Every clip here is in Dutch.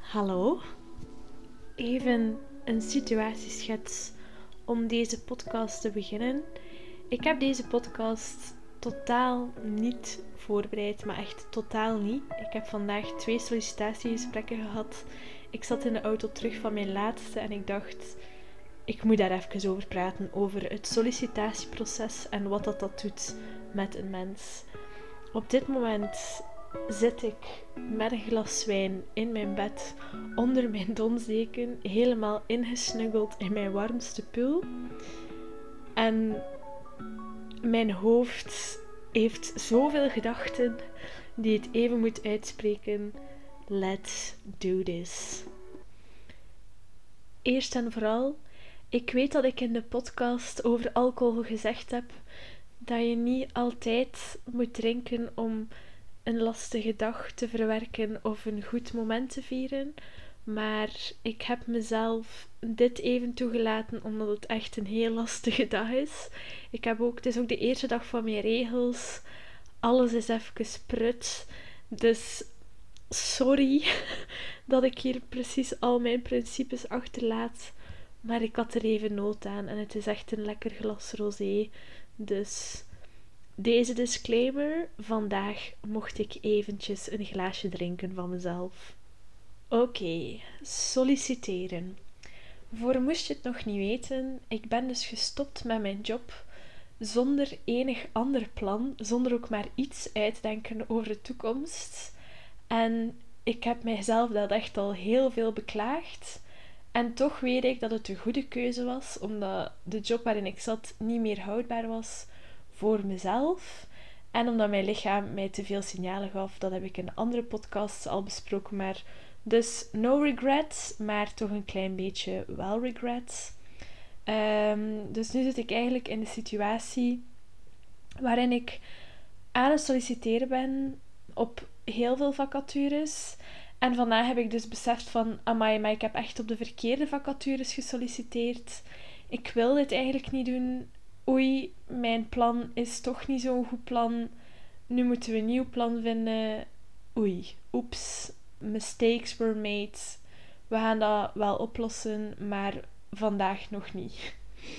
Hallo, even een situatieschets om deze podcast te beginnen. Ik heb deze podcast totaal niet voorbereid, maar echt totaal niet. Ik heb vandaag 2 sollicitatiegesprekken gehad. Ik zat in de auto terug van mijn laatste en ik dacht, ik moet daar even over praten, over het sollicitatieproces en wat dat doet met een mens. Op dit moment zit ik met een glas wijn in mijn bed, onder mijn donsdeken, helemaal ingesnuggeld in mijn warmste pul. En mijn hoofd heeft zoveel gedachten die het even moet uitspreken. Let's do this. Eerst en vooral, ik weet dat ik in de podcast over alcohol gezegd heb dat je niet altijd moet drinken om een lastige dag te verwerken of een goed moment te vieren. Maar ik heb mezelf dit even toegelaten omdat het echt een heel lastige dag is. Het is ook de eerste dag van mijn regels. Alles is even prut. Dus sorry dat ik hier precies al mijn principes achterlaat. Maar ik had er even nood aan en het is echt een lekker glas rosé. Dus deze disclaimer, vandaag mocht ik eventjes een glaasje drinken van mezelf. Oké, solliciteren. Voor moest je het nog niet weten, ik ben dus gestopt met mijn job zonder enig ander plan, zonder ook maar iets uitdenken over de toekomst. En ik heb mijzelf dat echt al heel veel beklaagd. En toch weet ik dat het een goede keuze was, omdat de job waarin ik zat niet meer houdbaar was voor mezelf. En omdat mijn lichaam mij te veel signalen gaf. Dat heb ik in andere podcasts al besproken. Maar dus no regrets, maar toch een klein beetje wel regrets. Dus nu zit ik eigenlijk in de situatie waarin ik aan het solliciteren ben op heel veel vacatures. En vandaag heb ik dus beseft van, amai, maar ik heb echt op de verkeerde vacatures gesolliciteerd. Ik wil dit eigenlijk niet doen. Oei, mijn plan is toch niet zo'n goed plan. Nu moeten we een nieuw plan vinden. Oei, oeps, mistakes were made. We gaan dat wel oplossen, maar vandaag nog niet.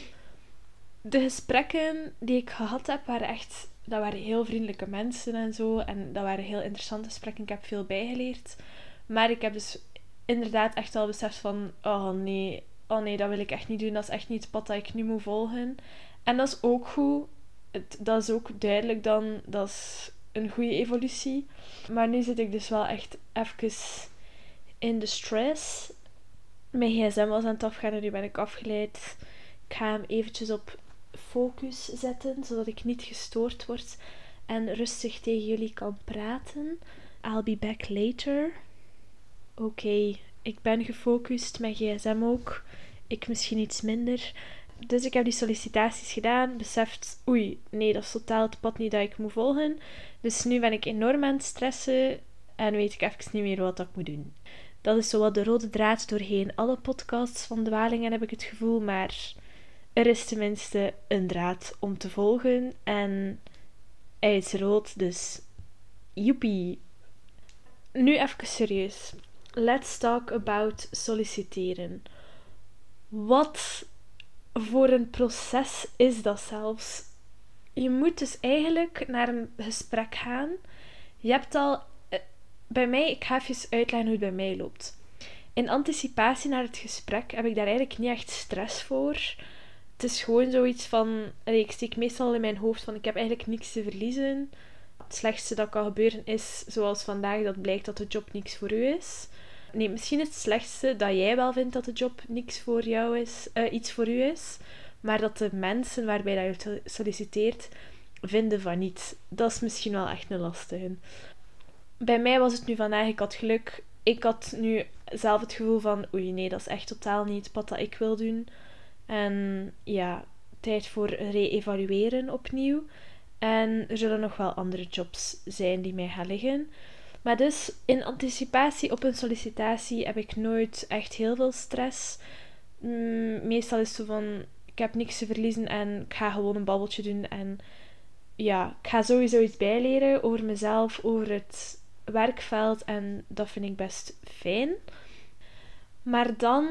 De gesprekken die ik gehad heb, dat waren heel vriendelijke mensen en zo. En dat waren heel interessante gesprekken. Ik heb veel bijgeleerd. Maar ik heb dus inderdaad echt wel beseft van, oh nee, dat wil ik echt niet doen. Dat is echt niet het pad dat ik nu moet volgen. En dat is ook goed. Dat is ook duidelijk dan, dat is een goede evolutie. Maar nu zit ik dus wel echt even in de stress. Mijn gsm was aan het afgaan en nu ben ik afgeleid. Ik ga hem eventjes op focus zetten, zodat ik niet gestoord word en rustig tegen jullie kan praten. I'll be back later. Oké, ik ben gefocust, mijn gsm ook. Ik misschien iets minder. Dus ik heb die sollicitaties gedaan, beseft, oei, nee, dat is totaal het pad niet dat ik moet volgen. Dus nu ben ik enorm aan het stressen en weet ik even niet meer wat ik moet doen. Dat is zowat de rode draad doorheen alle podcasts van Dwalingen, heb ik het gevoel, maar er is tenminste een draad om te volgen en hij is rood, dus joepie. Nu even serieus. Let's talk about solliciteren. Wat voor een proces is dat zelfs? Je moet dus eigenlijk naar een gesprek gaan. Je hebt al... Bij mij, ik ga even uitleggen hoe het bij mij loopt. In anticipatie naar het gesprek heb ik daar eigenlijk niet echt stress voor. Het is gewoon zoiets van... Ik steek meestal in mijn hoofd van, ik heb eigenlijk niks te verliezen. Het slechtste dat kan gebeuren is, zoals vandaag, dat blijkt dat de job niks voor u is. Nee, misschien het slechtste dat jij wel vindt dat de job niks voor jou is, iets voor u is, maar dat de mensen waarbij dat je solliciteert vinden van niet. Dat is misschien wel echt een lastige. Bij mij was het nu vandaag, ik had geluk. Ik had nu zelf het gevoel van, oei nee, dat is echt totaal niet het pad dat ik wil doen. En ja, tijd voor re-evalueren opnieuw. En er zullen nog wel andere jobs zijn die mij gaan liggen. Maar dus, in anticipatie op een sollicitatie heb ik nooit echt heel veel stress. Meestal is het zo van, ik heb niks te verliezen en ik ga gewoon een babbeltje doen. En ja, ik ga sowieso iets bijleren over mezelf, over het werkveld. En dat vind ik best fijn. Maar dan...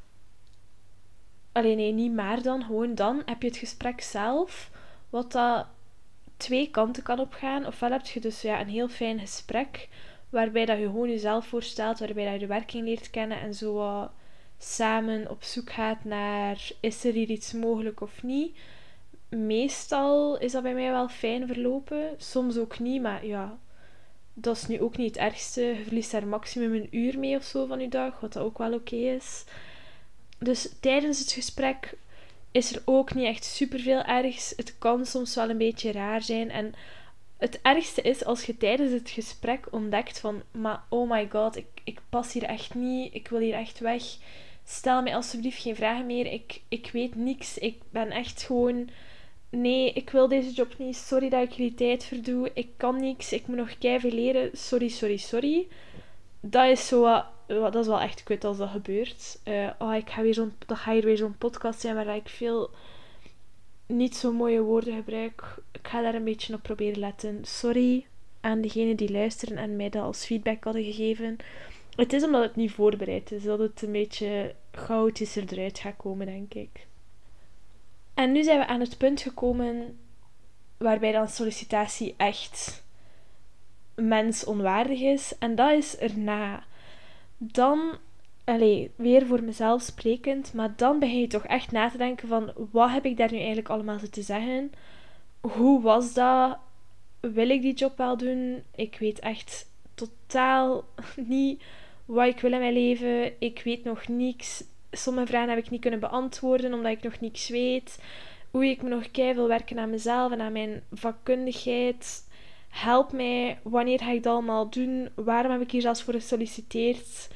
nee, niet maar dan. Gewoon dan heb je het gesprek zelf. Wat dat twee kanten kan opgaan. Ofwel heb je dus een heel fijn gesprek. Waarbij dat je gewoon jezelf voorstelt. Waarbij dat je de werking leert kennen. En zo samen op zoek gaat naar... Is er hier iets mogelijk of niet? Meestal is dat bij mij wel fijn verlopen. Soms ook niet. Maar ja... Dat is nu ook niet het ergste. Je verliest daar maximum een uur mee of zo van je dag. Wat dat ook wel oké is. Dus tijdens het gesprek is er ook niet echt superveel ergs. Het kan soms wel een beetje raar zijn. En het ergste is als je tijdens het gesprek ontdekt van... Maar oh my god, ik pas hier echt niet. Ik wil hier echt weg. Stel mij alsjeblieft geen vragen meer. Ik weet niks. Ik ben echt gewoon... Nee, ik wil deze job niet. Sorry dat ik jullie tijd verdoe. Ik kan niks. Ik moet nog keiveel leren. Sorry, sorry, sorry. Dat is zo... dat is wel echt kut als dat gebeurt. Dat gaat hier weer zo'n podcast zijn waar ik veel niet zo mooie woorden gebruik. Ik ga daar een beetje op proberen letten. Sorry aan degenen die luisteren en mij dat als feedback hadden gegeven. Het is omdat het niet voorbereid is. Dat het een beetje chaotischer eruit gaat komen, denk ik. En nu zijn we aan het punt gekomen waarbij dan sollicitatie echt mensonwaardig is. En dat is erna. Dan, weer voor mezelf sprekend, maar dan begin je toch echt na te denken van, wat heb ik daar nu eigenlijk allemaal te zeggen? Hoe was dat? Wil ik die job wel doen? Ik weet echt totaal niet wat ik wil in mijn leven. Ik weet nog niks. Sommige vragen heb ik niet kunnen beantwoorden, omdat ik nog niks weet. Oei, ik moet nog keiveel werken aan mezelf en aan mijn vakkundigheid. Help mij. Wanneer ga ik dat allemaal doen? Waarom heb ik hier zelfs voor gesolliciteerd?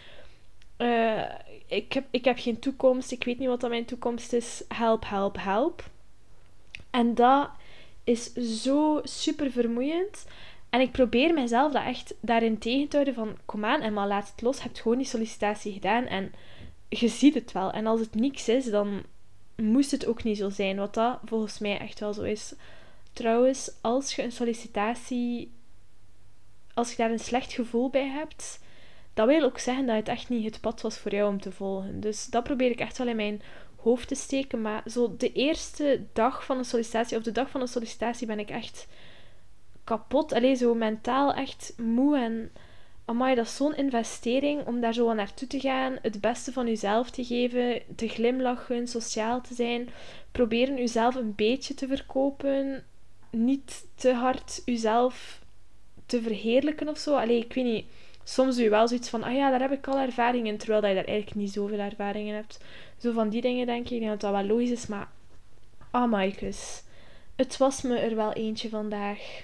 Ik heb geen toekomst. Ik weet niet wat dat mijn toekomst is. Help, help, help. En dat is zo super vermoeiend. En ik probeer mezelf dat echt daarin tegen te houden van... Kom aan, Emma, laat het los. Je hebt gewoon die sollicitatie gedaan en je ziet het wel. En als het niks is, dan moest het ook niet zo zijn. Wat dat volgens mij echt wel zo is. Trouwens, als je een sollicitatie... Als je daar een slecht gevoel bij hebt... Dat wil ook zeggen dat het echt niet het pad was voor jou om te volgen. Dus dat probeer ik echt wel in mijn hoofd te steken. Maar zo de eerste dag van een sollicitatie... Of de dag van een sollicitatie ben ik echt kapot. Zo mentaal echt moe. En amai, dat is zo'n investering om daar zo aan naartoe te gaan. Het beste van jezelf te geven. Te glimlachen, sociaal te zijn. Proberen jezelf een beetje te verkopen. Niet te hard jezelf te verheerlijken of zo. Ik weet niet. Soms doe je wel zoiets van, daar heb ik al ervaring in, terwijl dat je daar eigenlijk niet zoveel ervaring in hebt. Zo van die dingen denk ik. Ik denk dat dat wel logisch is, maar... Amaikus. Het was me er wel eentje vandaag.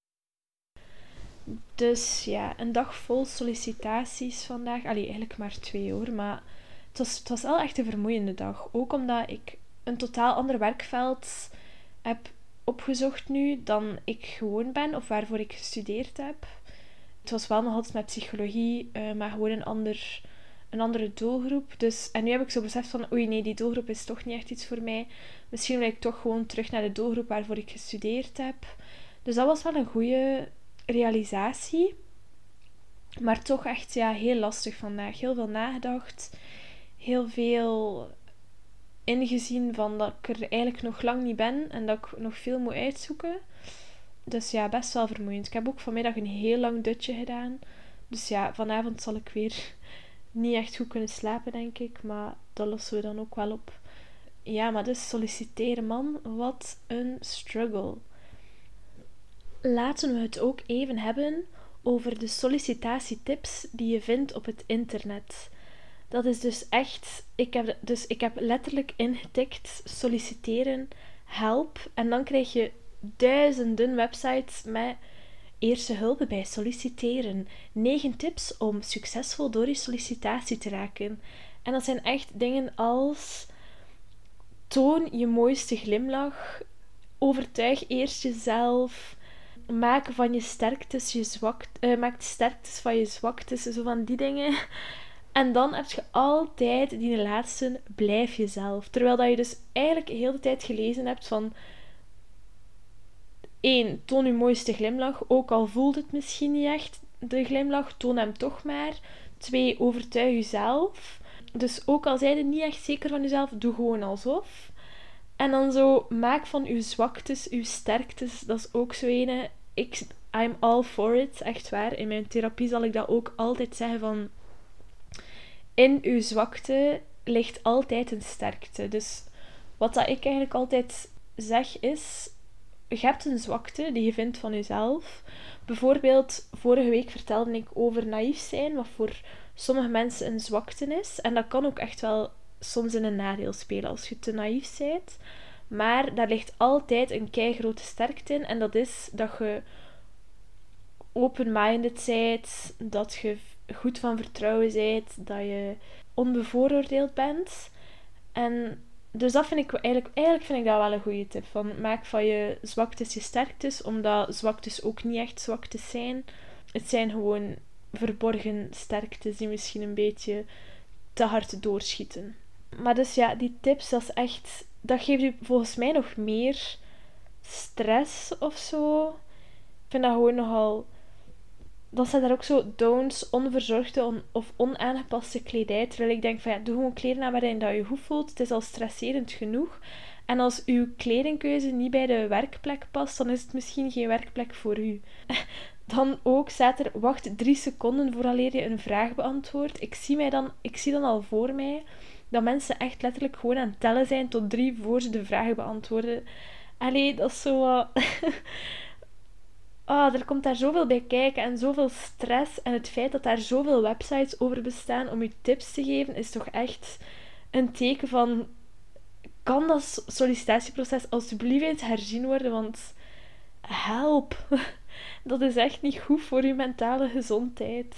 Dus ja, een dag vol sollicitaties vandaag. Eigenlijk maar 2 hoor, maar het was wel echt een vermoeiende dag. Ook omdat ik een totaal ander werkveld heb opgezocht nu dan ik gewoon ben, of waarvoor ik gestudeerd heb. Het was wel nog altijd met psychologie, maar gewoon een andere doelgroep. Dus, en nu heb ik zo beseft van, oei nee, die doelgroep is toch niet echt iets voor mij. Misschien wil ik toch gewoon terug naar de doelgroep waarvoor ik gestudeerd heb. Dus dat was wel een goede realisatie. Maar toch echt heel lastig vandaag. Heel veel nagedacht. Heel veel ingezien van dat ik er eigenlijk nog lang niet ben. En dat ik nog veel moet uitzoeken. Dus ja, best wel vermoeiend. Ik heb ook vanmiddag een heel lang dutje gedaan. Dus ja, vanavond zal ik weer niet echt goed kunnen slapen, denk ik. Maar dat lossen we dan ook wel op. Ja, maar dus solliciteren, man. Wat een struggle. Laten we het ook even hebben over de sollicitatietips die je vindt op het internet. Dat is dus echt... Ik heb letterlijk ingetikt solliciteren, help. En dan krijg je duizenden websites met eerste hulp bij solliciteren. 9 tips om succesvol door je sollicitatie te raken. En dat zijn echt dingen als... Toon je mooiste glimlach. Overtuig eerst jezelf. Maak van je sterktes maak de sterktes van je zwaktes. Zo van die dingen. En dan heb je altijd die laatste, blijf jezelf. Terwijl dat je dus eigenlijk heel de tijd gelezen hebt van... 1. Toon je mooiste glimlach. Ook al voelt het misschien niet echt, de glimlach. Toon hem toch maar. 2. Overtuig jezelf. Dus ook al zijn je niet echt zeker van jezelf, doe gewoon alsof. En dan zo, maak van uw zwaktes, uw sterktes. Dat is ook zo ene. I'm all for it, echt waar. In mijn therapie zal ik dat ook altijd zeggen van... In uw zwakte ligt altijd een sterkte. Dus wat dat ik eigenlijk altijd zeg is... Je hebt een zwakte die je vindt van jezelf. Bijvoorbeeld, vorige week vertelde ik over naïef zijn, wat voor sommige mensen een zwakte is. En dat kan ook echt wel soms in een nadeel spelen als je te naïef bent. Maar daar ligt altijd een keigrote sterkte in. En dat is dat je open-minded bent, dat je goed van vertrouwen bent, dat je onbevooroordeeld bent. En dus dat vind ik eigenlijk vind ik dat wel een goede tip. Van, maak van je zwaktes je sterktes, omdat zwaktes ook niet echt zwaktes zijn. Het zijn gewoon verborgen sterktes die misschien een beetje te hard doorschieten. Maar dus ja, die tips, dat is echt... Dat geeft u volgens mij nog meer stress of zo. Ik vind dat gewoon nogal... Dan staat daar ook zo don'ts, onverzorgde of onaangepaste kledij. Terwijl ik denk van ja, doe gewoon kleren aan waarin dat je goed voelt. Het is al stresserend genoeg. En als uw kledingkeuze niet bij de werkplek past, dan is het misschien geen werkplek voor u. Dan ook staat er, wacht 3 seconden vooraleer je een vraag beantwoordt. Ik zie dan al voor mij dat mensen echt letterlijk gewoon aan het tellen zijn tot 3 voor ze de vraag beantwoorden. Allee, dat is zo... er komt daar zoveel bij kijken en zoveel stress. En het feit dat daar zoveel websites over bestaan om je tips te geven, is toch echt een teken van... Kan dat sollicitatieproces alsjeblieft eens herzien worden? Want help! Dat is echt niet goed voor je mentale gezondheid.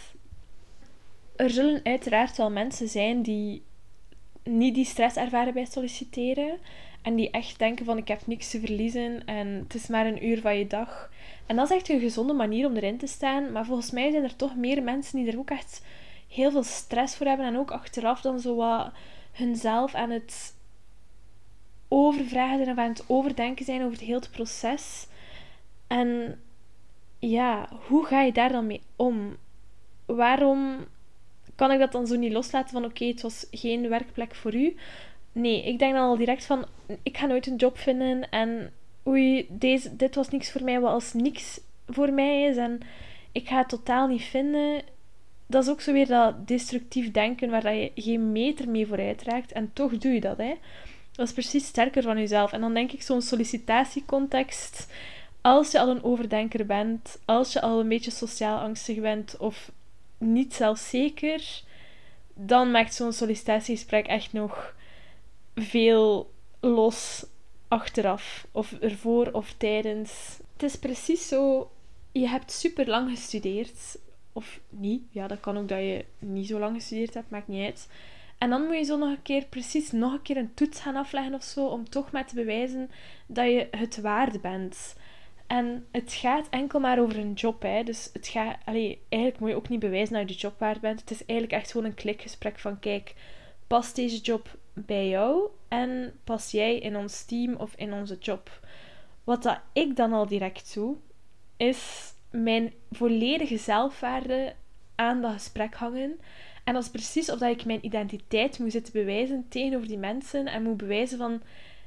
Er zullen uiteraard wel mensen zijn die niet die stress ervaren bij solliciteren. En die echt denken van ik heb niks te verliezen en het is maar een uur van je dag. En dat is echt een gezonde manier om erin te staan. Maar volgens mij zijn er toch meer mensen die er ook echt heel veel stress voor hebben. En ook achteraf dan zo wat hunzelf aan het overvragen zijn of aan het overdenken zijn over het hele proces. En ja, hoe ga je daar dan mee om? Waarom kan ik dat dan zo niet loslaten van oké, het was geen werkplek voor u? Nee, ik denk dan al direct van ik ga nooit een job vinden en oei, dit was niks voor mij, wat als niks voor mij is en ik ga het totaal niet vinden. Dat is ook zo weer dat destructief denken waar dat je geen meter mee vooruit raakt en toch doe je dat, hè. Dat is precies sterker van jezelf. En dan denk ik zo'n sollicitatiecontext. Als je al een overdenker bent, als je al een beetje sociaal angstig bent of niet zelfzeker, dan maakt zo'n sollicitatiegesprek echt nog veel los achteraf. Of ervoor of tijdens. Het is precies zo, je hebt super lang gestudeerd. Of niet. Ja, dat kan ook dat je niet zo lang gestudeerd hebt, maakt niet uit. En dan moet je zo nog een keer een toets gaan afleggen of zo, om toch maar te bewijzen dat je het waard bent. En het gaat enkel maar over een job, hè. Dus eigenlijk moet je ook niet bewijzen dat je de job waard bent. Het is eigenlijk echt gewoon een klikgesprek van, kijk, past deze job bij jou? En pas jij in ons team of in onze job? Wat dat ik dan al direct doe, is mijn volledige zelfwaarde aan dat gesprek hangen. En dat is precies of dat ik mijn identiteit moet zitten bewijzen tegenover die mensen. En moet bewijzen van...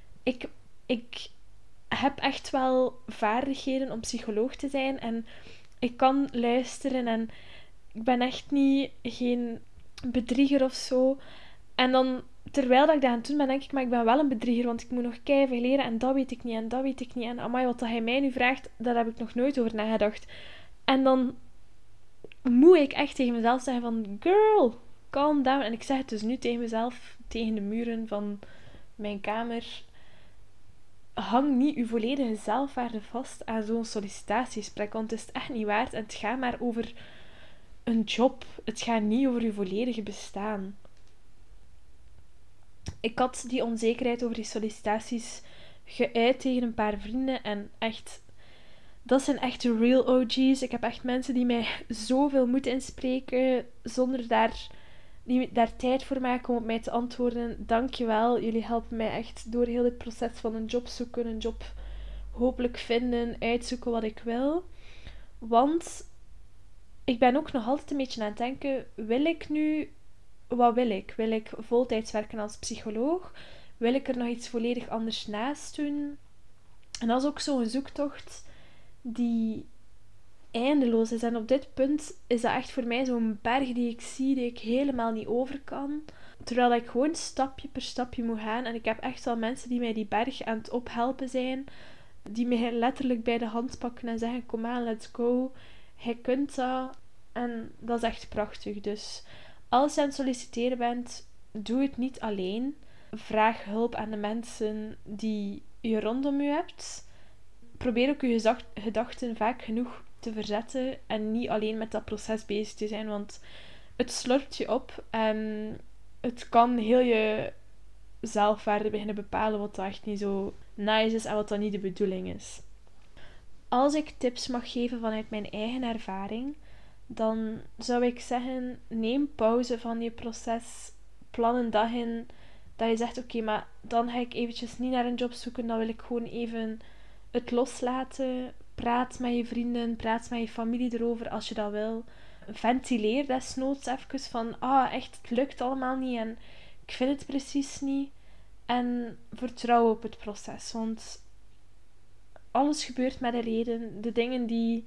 Ik heb echt wel vaardigheden om psycholoog te zijn. En ik kan luisteren. En ik ben echt niet geen bedrieger of zo. En dan, terwijl dat ik dat aan het doen ben, denk ik, maar ik ben wel een bedrieger. Want ik moet nog keiveel leren. En dat weet ik niet. En dat weet ik niet. En amai, wat dat hij mij nu vraagt, daar heb ik nog nooit over nagedacht. En dan moet ik echt tegen mezelf zeggen van... Girl, calm down. En ik zeg het dus nu tegen mezelf, tegen de muren van mijn kamer. Hang niet je volledige zelfwaarde vast aan zo'n sollicitatiegesprek, want het is echt niet waard. En het gaat maar over een job. Het gaat niet over je volledige bestaan. Ik had die onzekerheid over die sollicitaties geuit tegen een paar vrienden en echt... Dat zijn echt de real OG's. Ik heb echt mensen die mij zoveel moeten inspreken zonder die daar tijd voor maken om op mij te antwoorden. Dankjewel. Jullie helpen mij echt door heel dit proces van een job zoeken, een job hopelijk vinden, uitzoeken wat ik wil. Want ik ben ook nog altijd een beetje aan het denken, wil ik nu wat wil ik? Wil ik voltijds werken als psycholoog? Wil ik er nog iets volledig anders naast doen? En dat is ook zo'n zoektocht die eindeloos is. En op dit punt is dat echt voor mij zo'n berg die ik zie, die ik helemaal niet over kan. Terwijl ik gewoon stapje per stapje moet gaan. En ik heb echt wel mensen die mij die berg aan het ophelpen zijn. Die mij letterlijk bij de hand pakken en zeggen, kom aan, let's go. Jij kunt dat. En dat is echt prachtig. Dus als je aan het solliciteren bent, doe het niet alleen. Vraag hulp aan de mensen die je rondom je hebt. Probeer ook je gedachten vaak genoeg te verzetten en niet alleen met dat proces bezig te zijn, want het slurpt je op en het kan heel je zelfwaarde beginnen bepalen, wat dat echt niet zo nice is en wat dat niet de bedoeling is. Als ik tips mag geven vanuit mijn eigen ervaring, dan zou ik zeggen, neem pauze van je proces, plan een dag in dat je zegt, oké, maar dan ga ik eventjes niet naar een job zoeken, dan wil ik gewoon even het loslaten. Praat met je vrienden, praat met je familie erover als je dat wil. Ventileer desnoods even van, echt, het lukt allemaal niet en ik vind het precies niet. En vertrouw op het proces, want alles gebeurt met een reden. De dingen die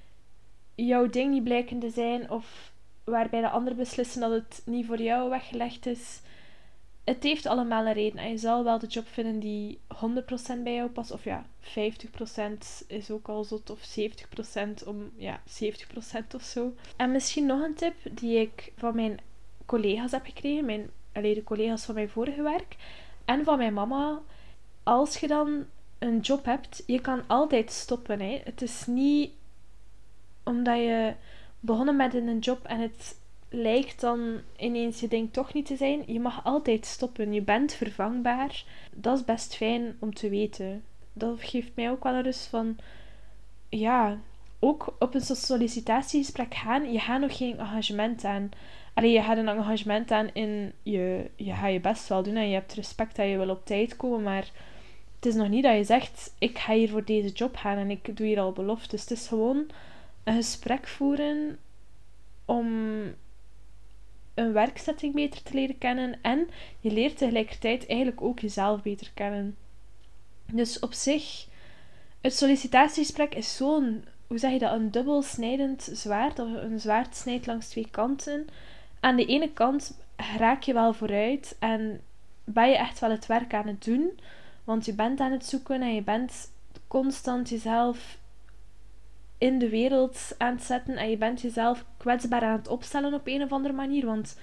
jouw ding niet blijken te zijn, of waarbij de anderen beslissen dat het niet voor jou weggelegd is, het heeft allemaal een reden. En je zal wel de job vinden die 100% bij jou past. Of ja, 50% is ook al zot. Of 70% om, ja, 70% of zo. En misschien nog een tip die ik van mijn collega's heb gekregen. De collega's van mijn vorige werk. En van mijn mama. Als je dan een job hebt, je kan altijd stoppen. Hè. Het is niet omdat je begonnen bent in een job en het lijkt dan ineens je ding toch niet te zijn. Je mag altijd stoppen. Je bent vervangbaar. Dat is best fijn om te weten. Dat geeft mij ook wel een rust van, ja, ook op een sollicitatiegesprek gaan. Je gaat nog geen engagement aan. Allee, je gaat een engagement aan in je gaat je best wel doen en je hebt respect dat je wil op tijd komen, maar het is nog niet dat je zegt, ik ga hier voor deze job gaan en ik doe hier al beloftes. Het is gewoon een gesprek voeren om een werkzetting beter te leren kennen en je leert tegelijkertijd eigenlijk ook jezelf beter kennen. Dus op zich, het sollicitatiegesprek is zo'n, hoe zeg je dat, een dubbelsnijdend zwaard, of een zwaard snijdt langs twee kanten. Aan de ene kant raak je wel vooruit en ben je echt wel het werk aan het doen, want je bent aan het zoeken en je bent constant jezelf in de wereld aan het zetten en je bent jezelf kwetsbaar aan het opstellen op een of andere manier, want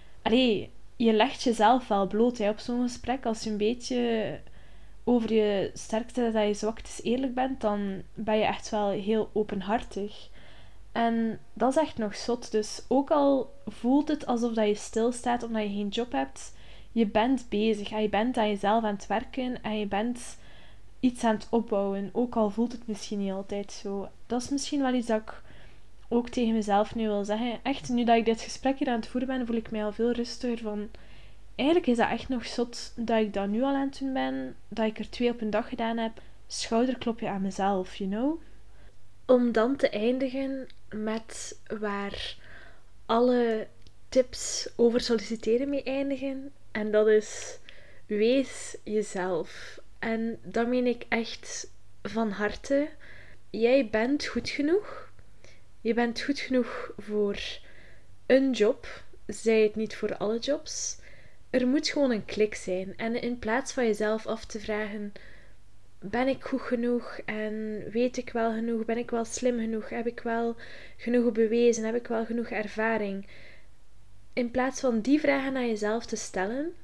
je legt jezelf wel bloot op zo'n gesprek. Als je een beetje over je sterkte en je zwaktes eerlijk bent, dan ben je echt wel heel openhartig. En dat is echt nog zot. Dus ook al voelt het alsof dat je stilstaat omdat je geen job hebt, je bent bezig en je bent aan jezelf aan het werken en je bent iets aan het opbouwen. Ook al voelt het misschien niet altijd zo. Dat is misschien wel iets dat ik ook tegen mezelf nu wil zeggen. Echt, nu dat ik dit gesprek hier aan het voeren ben, voel ik mij al veel rustiger van. Eigenlijk is dat echt nog zot dat ik dat nu al aan het doen ben. Dat ik er 2 op een dag gedaan heb. Schouderklopje aan mezelf, you know? Om dan te eindigen met waar alle tips over solliciteren mee eindigen. En dat is, wees jezelf. En dat meen ik echt van harte. Jij bent goed genoeg. Je bent goed genoeg voor een job. Zij het niet voor alle jobs. Er moet gewoon een klik zijn. En in plaats van jezelf af te vragen, ben ik goed genoeg en weet ik wel genoeg? Ben ik wel slim genoeg? Heb ik wel genoeg bewezen? Heb ik wel genoeg ervaring? In plaats van die vragen aan jezelf te stellen,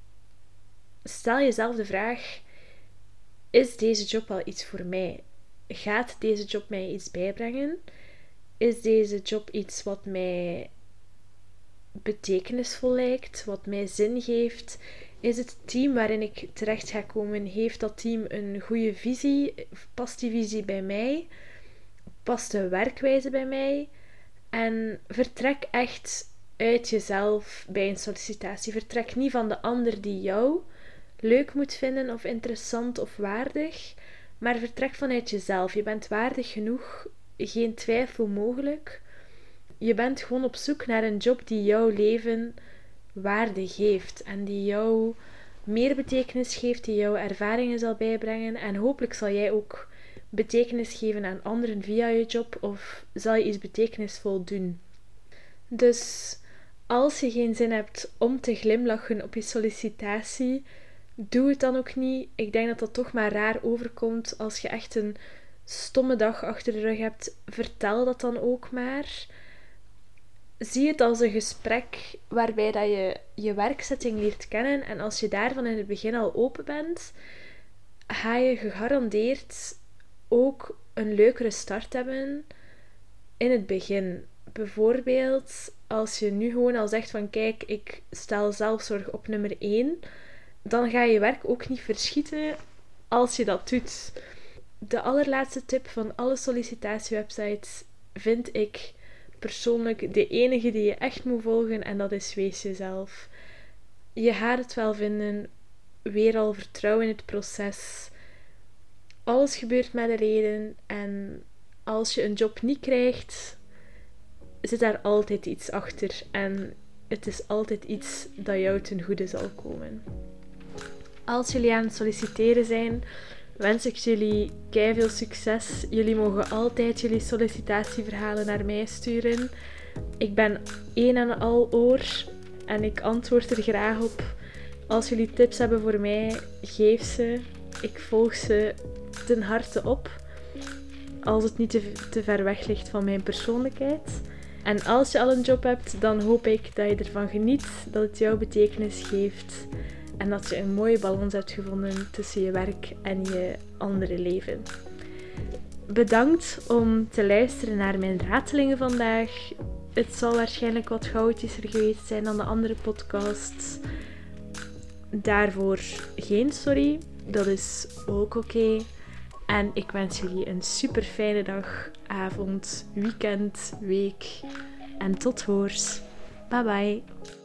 stel jezelf de vraag, is deze job wel iets voor mij? Gaat deze job mij iets bijbrengen? Is deze job iets wat mij betekenisvol lijkt, wat mij zin geeft? Is het team waarin ik terecht ga komen, heeft dat team een goede visie? Past die visie bij mij? Past de werkwijze bij mij? En vertrek echt uit jezelf bij een sollicitatie. Vertrek niet van de ander die jou leuk moet vinden of interessant of waardig, maar vertrek vanuit jezelf. Je bent waardig genoeg, geen twijfel mogelijk. Je bent gewoon op zoek naar een job die jouw leven waarde geeft en die jou meer betekenis geeft, die jouw ervaringen zal bijbrengen. En hopelijk zal jij ook betekenis geven aan anderen via je job of zal je iets betekenisvol doen. Dus als je geen zin hebt om te glimlachen op je sollicitatie, doe het dan ook niet. Ik denk dat dat toch maar raar overkomt als je echt een stomme dag achter de rug hebt. Vertel dat dan ook maar. Zie het als een gesprek waarbij dat je je werkzetting leert kennen. En als je daarvan in het begin al open bent, ga je gegarandeerd ook een leukere start hebben in het begin. Bijvoorbeeld, als je nu gewoon al zegt van kijk, ik stel zelfzorg op nummer 1, dan ga je werk ook niet verschieten als je dat doet. De allerlaatste tip van alle sollicitatiewebsites vind ik persoonlijk de enige die je echt moet volgen en dat is wees jezelf. Je gaat het wel vinden, weer al vertrouw in het proces. Alles gebeurt met een reden en als je een job niet krijgt, zit daar altijd iets achter en het is altijd iets dat jou ten goede zal komen. Als jullie aan het solliciteren zijn, wens ik jullie keiveel succes. Jullie mogen altijd jullie sollicitatieverhalen naar mij sturen. Ik ben een en al oor en ik antwoord er graag op. Als jullie tips hebben voor mij, geef ze. Ik volg ze ten harte op. Als het niet te ver weg ligt van mijn persoonlijkheid. En als je al een job hebt, dan hoop ik dat je ervan geniet, dat het jou betekenis geeft. En dat je een mooie balans hebt gevonden tussen je werk en je andere leven. Bedankt om te luisteren naar mijn ratelingen vandaag. Het zal waarschijnlijk wat chaotischer geweest zijn dan de andere podcasts. Daarvoor geen sorry. Dat is ook oké. En ik wens jullie een super fijne dag, avond, weekend, week. En tot hoors. Bye bye.